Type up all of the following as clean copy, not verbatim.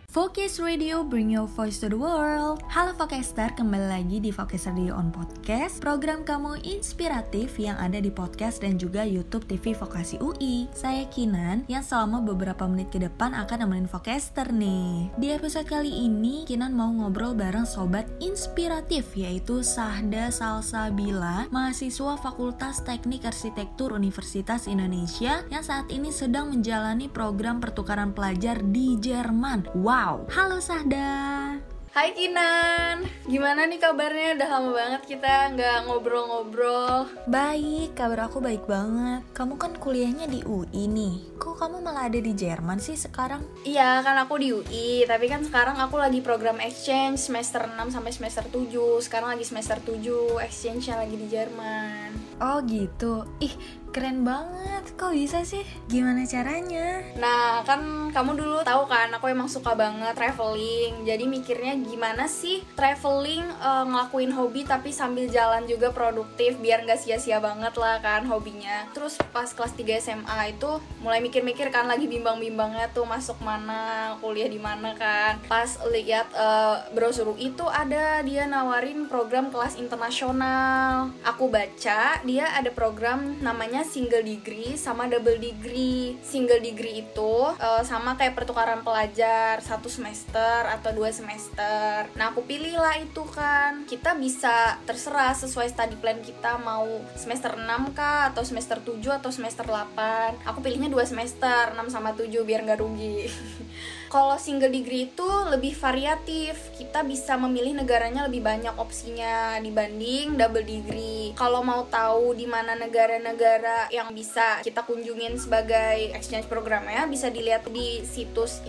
Focus Radio, bring your voice to the world. Halo Focaster, kembali lagi di Focus Radio on Podcast, program kamu inspiratif yang ada di podcast dan juga YouTube TV Vokasi UI. Saya Kinan, yang selama beberapa menit ke depan akan nemenin Focaster nih. Di episode kali ini, Kinan mau ngobrol bareng sobat inspiratif, yaitu Sahda Salsabila, mahasiswa Fakultas Teknik Arsitektur Universitas Indonesia, yang saat ini sedang menjalani program pertukaran pelajar di Jerman. Wow, halo Sahda. Hai Kinan, gimana nih kabarnya? Udah lama banget kita nggak ngobrol-ngobrol. Baik, kabar aku baik banget. Kamu kan kuliahnya di UI nih. Kok kamu malah ada di Jerman sih sekarang? Iya, kan aku di UI, tapi kan sekarang aku lagi program exchange semester 6 sampai semester 7. Sekarang lagi semester 7, exchange-nya lagi di Jerman. Oh gitu, ih keren banget, kok bisa sih? Gimana caranya? Nah, kan kamu dulu tahu kan, aku emang suka banget traveling. Jadi mikirnya gimana sih traveling ngelakuin hobi tapi sambil jalan juga produktif, biar nggak sia-sia banget lah kan hobinya. Terus pas kelas 3 SMA itu mulai mikir-mikir kan, lagi bimbang-bimbangnya tuh masuk mana, kuliah di mana kan. Pas lihat brosur itu ada dia nawarin program kelas internasional. Aku baca dia ada program namanya single degree sama double degree. Single degree itu sama kayak pertukaran pelajar 1 semester atau 2 semester. Nah, aku pilih lah itu kan. Kita bisa terserah sesuai study plan kita, mau semester 6 kah, atau semester 7 atau semester 8. Aku pilihnya 2 semester, 6 sama 7 biar gak rugi. Kalau single degree itu lebih variatif. Kita bisa memilih negaranya lebih banyak opsinya dibanding double degree. Kalau mau tahu di mana negara-negara yang bisa kita kunjungin sebagai exchange programnya, bisa dilihat di situs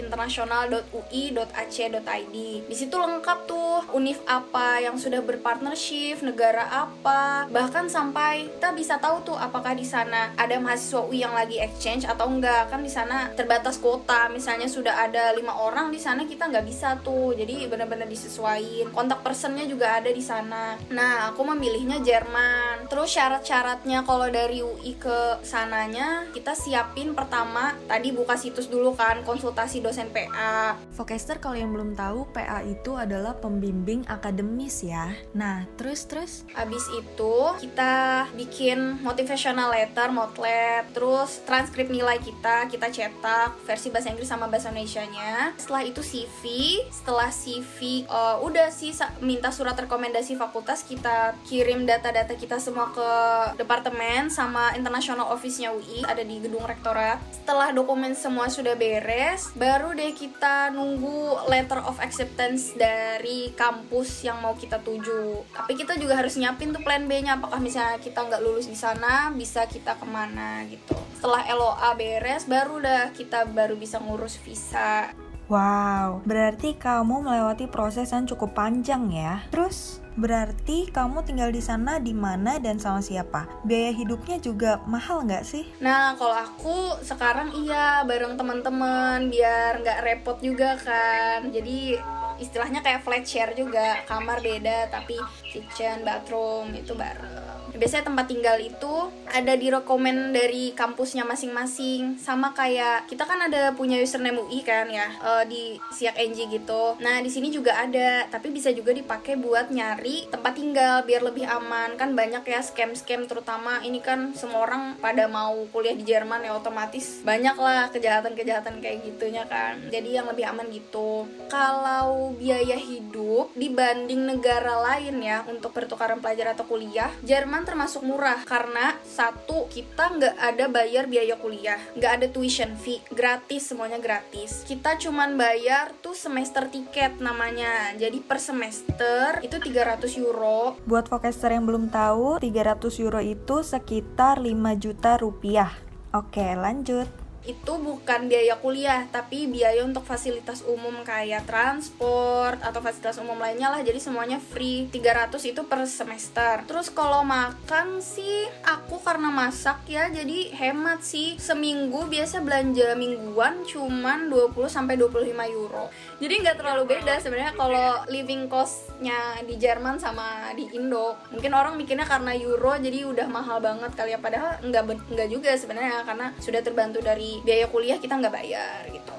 internasional.ui.ac.id. Di situ lengkap tuh univ apa yang sudah berpartnership, negara apa, bahkan sampai kita bisa tahu tuh apakah di sana ada mahasiswa UI yang lagi exchange atau enggak. Kan di sana terbatas kuota, misalnya sudah ada 5 orang di sana, kita nggak bisa tuh. Jadi benar-benar disesuaiin. Kontak personnya juga ada di sana. Nah, aku memilihnya Jerman. Terus syarat-syaratnya kalau dari UI ke sananya, kita siapin pertama tadi buka situs dulu kan, konsultasi dosen PA. Focaster, kalau yang belum tahu, PA itu adalah pembimbing akademis ya. Nah, terus Abis itu kita bikin motivational letter, motlet, terus transkrip nilai kita cetak versi bahasa Inggris sama bahasa Indonesianya. Setelah itu CV. Setelah CV udah sih minta surat rekomendasi fakultas, kita kirim data-data kita semua ke departemen sama international office-nya UI, ada di gedung rektorat. Setelah dokumen semua sudah beres, baru deh kita nunggu letter of acceptance dari kampus yang mau kita tuju. Tapi kita juga harus nyiapin tuh plan B-nya, apakah misalnya kita nggak lulus di sana, bisa kita kemana gitu. Setelah LOA beres, baru kita bisa ngurus visa. wow, berarti kamu melewati proses yang cukup panjang ya. Terus berarti kamu tinggal di sana di mana dan sama siapa? Biaya hidupnya juga mahal nggak sih? Nah, kalau aku sekarang iya bareng teman-teman biar nggak repot juga kan. Jadi istilahnya kayak flat share juga, kamar beda tapi kitchen, bathroom itu bareng. Biasanya tempat tinggal itu ada di rekomen dari kampusnya masing-masing. Sama kayak kita kan ada punya username UI kan ya, di Siak NG gitu. Nah, di sini juga ada, tapi bisa juga dipakai buat nyari tempat tinggal biar lebih aman. Kan banyak ya scam-scam, terutama ini kan semua orang pada mau kuliah di Jerman ya, otomatis banyak lah kejahatan-kejahatan kayak gitunya kan. Jadi yang lebih aman gitu. Kalau biaya hidup dibanding negara lain ya untuk pertukaran pelajar atau kuliah, Jerman termasuk murah karena satu, kita nggak ada bayar biaya kuliah, nggak ada tuition fee, gratis, semuanya gratis. Kita cuman bayar tuh semester tiket namanya, jadi per semester itu 300 euro. Buat Focaster yang belum tahu, 300 euro itu sekitar 5 juta rupiah. Oke, lanjut. Itu bukan biaya kuliah, tapi biaya untuk fasilitas umum kayak transport atau fasilitas umum lainnya lah. Jadi semuanya free. 300 itu per semester. Terus kalau makan sih, aku karena masak ya, jadi hemat sih. Seminggu biasa belanja mingguan cuman 20-25 euro. Jadi nggak terlalu beda sebenarnya kalau living cost-nya di Jerman sama di Indo. Mungkin orang mikirnya karena euro jadi udah mahal banget kali ya, padahal nggak juga sebenarnya, karena sudah terbantu dari biaya kuliah, kita nggak bayar gitu.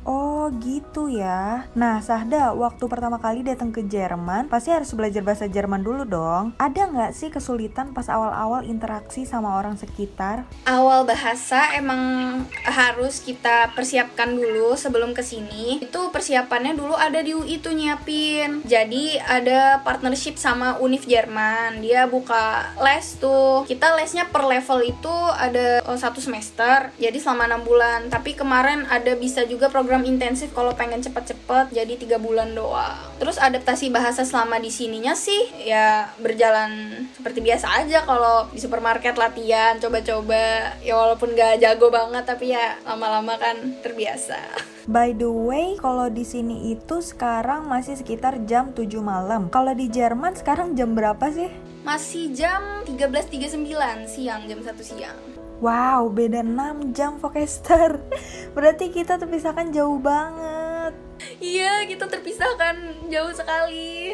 Oh gitu ya. Nah Sahda, waktu pertama kali datang ke Jerman pasti harus belajar bahasa Jerman dulu dong. Ada nggak sih kesulitan pas awal-awal interaksi sama orang sekitar? Awal bahasa emang harus kita persiapkan dulu sebelum kesini. Itu persiapannya dulu ada di UI tuh nyiapin. Jadi ada partnership sama Univ Jerman. Dia buka les tuh. Kita lesnya per level itu ada 1 semester. Jadi selama 6 bulan. Tapi kemarin ada bisa juga program intensif kalau pengen cepet-cepet, jadi 3 bulan doang. Terus adaptasi bahasa selama di sininya sih ya berjalan seperti biasa aja. Kalau di supermarket latihan, coba-coba ya walaupun gak jago banget tapi ya lama-lama kan terbiasa. By the way, kalau di sini itu sekarang masih sekitar jam 7 malam. Kalau di Jerman sekarang jam berapa sih? Masih jam 13.39 siang, jam 1 siang. Wow, beda 6 jam Vokester. Berarti kita terpisahkan jauh banget. Iya, kita terpisahkan jauh sekali.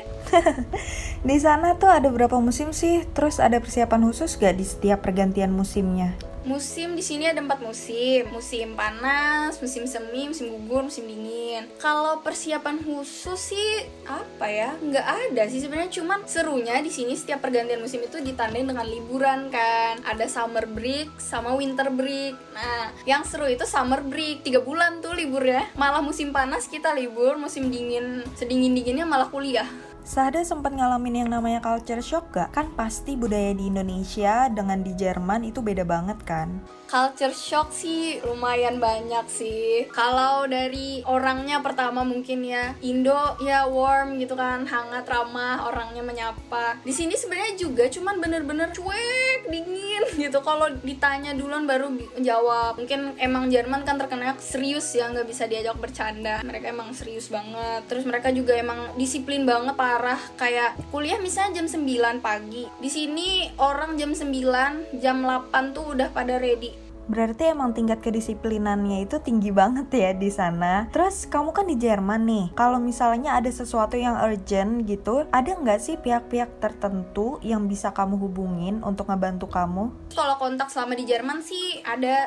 Di sana tuh ada berapa musim sih? Terus ada persiapan khusus gak di setiap pergantian musimnya? Musim di sini ada 4 musim. Musim panas, musim semi, musim gugur, musim dingin. Kalau persiapan khusus sih apa ya? Nggak ada sih sebenarnya, cuman serunya di sini setiap pergantian musim itu ditandain dengan liburan kan. Ada summer break sama winter break. Nah, yang seru itu summer break. 3 bulan tuh liburnya. Malah musim panas kita libur, musim dingin sedingin-dinginnya malah kuliah. Sahda sempat ngalamin yang namanya culture shock gak? Kan pasti budaya di Indonesia dengan di Jerman itu beda banget kan? Culture shock sih lumayan banyak sih. Kalau dari orangnya pertama mungkin ya Indo ya warm gitu kan, hangat, ramah, orangnya menyapa. Di sini sebenarnya juga cuman bener-bener cuek, dingin gitu. Kalau ditanya duluan baru jawab. Mungkin emang Jerman kan terkenal serius ya, nggak bisa diajak bercanda. Mereka emang serius banget. Terus mereka juga emang disiplin banget, parah. Kayak kuliah misalnya jam 9 pagi. Di sini orang jam 9, jam 8 tuh udah pada ready. Berarti emang tingkat kedisiplinannya itu tinggi banget ya di sana. Terus kamu kan di Jerman nih. Kalau misalnya ada sesuatu yang urgent gitu, ada nggak sih pihak-pihak tertentu yang bisa kamu hubungin untuk ngebantu kamu? Kalau kontak selama di Jerman sih ada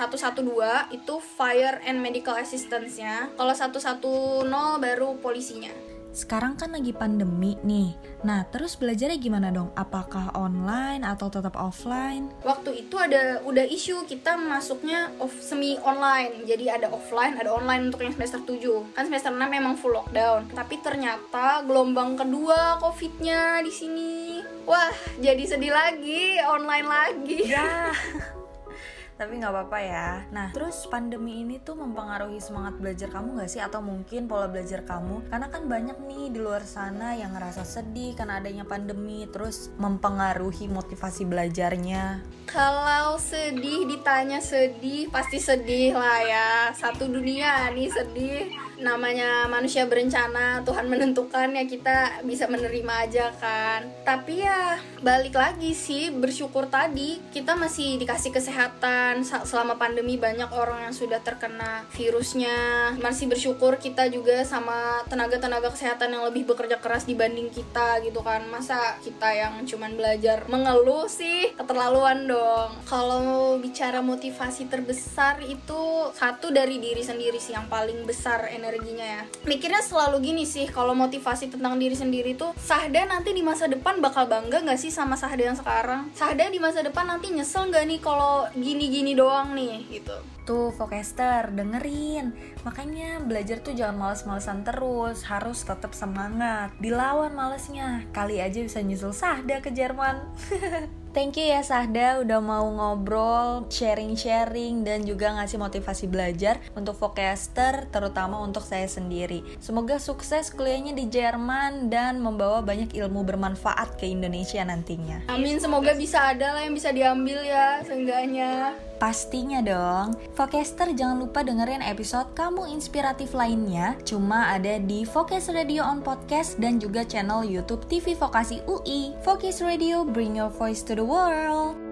112 itu fire and medical assistance-nya. Kalau 110 baru polisinya. Sekarang kan lagi pandemi nih. Nah, terus belajarnya gimana dong? Apakah online atau tetap offline? Waktu itu udah isu kita masuknya semi online. Jadi ada offline, ada online untuk yang semester 7. Kan semester 6 memang full lockdown. Tapi ternyata gelombang kedua Covid-nya di sini. Wah, jadi sedih lagi, online lagi. Ya. Tapi gak apa-apa ya. Nah, terus pandemi ini tuh mempengaruhi semangat belajar kamu gak sih? Atau mungkin pola belajar kamu? Karena kan banyak nih di luar sana yang ngerasa sedih karena adanya pandemi, terus mempengaruhi motivasi belajarnya. Kalau sedih, ditanya sedih, pasti sedih lah ya. Satu dunia nih sedih. Namanya manusia berencana, Tuhan menentukan ya, kita bisa menerima aja kan. Tapi ya balik lagi sih, bersyukur tadi kita masih dikasih kesehatan. Selama pandemi banyak orang yang sudah terkena virusnya. Masih bersyukur kita juga sama tenaga-tenaga kesehatan yang lebih bekerja keras dibanding kita gitu kan. Masa kita yang cuman belajar mengeluh sih, keterlaluan dong. Kalau bicara motivasi terbesar itu satu dari diri sendiri sih yang paling besar energinya ya. Mikirnya selalu gini sih, kalau motivasi tentang diri sendiri tuh, Sahda nanti di masa depan bakal bangga gak sih sama Sahda yang sekarang? Sahda di masa depan nanti nyesel gak nih kalau gini-gini doang nih gitu. Tuh Vokester, dengerin. Makanya belajar tuh jangan males-malesan terus, harus tetap semangat. Dilawan malesnya, kali aja bisa nyusul Sahda ke Jerman. Thank you ya Sahda udah mau ngobrol, sharing-sharing, dan juga ngasih motivasi belajar untuk Vokester, terutama untuk saya sendiri. Semoga sukses kuliahnya di Jerman dan membawa banyak ilmu bermanfaat ke Indonesia nantinya. Amin, semoga bisa ada lah yang bisa diambil ya, seenggaknya. Pastinya dong. Vokester jangan lupa dengerin episode Kamu Inspiratif lainnya. Cuma ada di Focus Radio on Podcast dan juga channel YouTube TV Vokasi UI. Focus Radio, bring your voice to the world.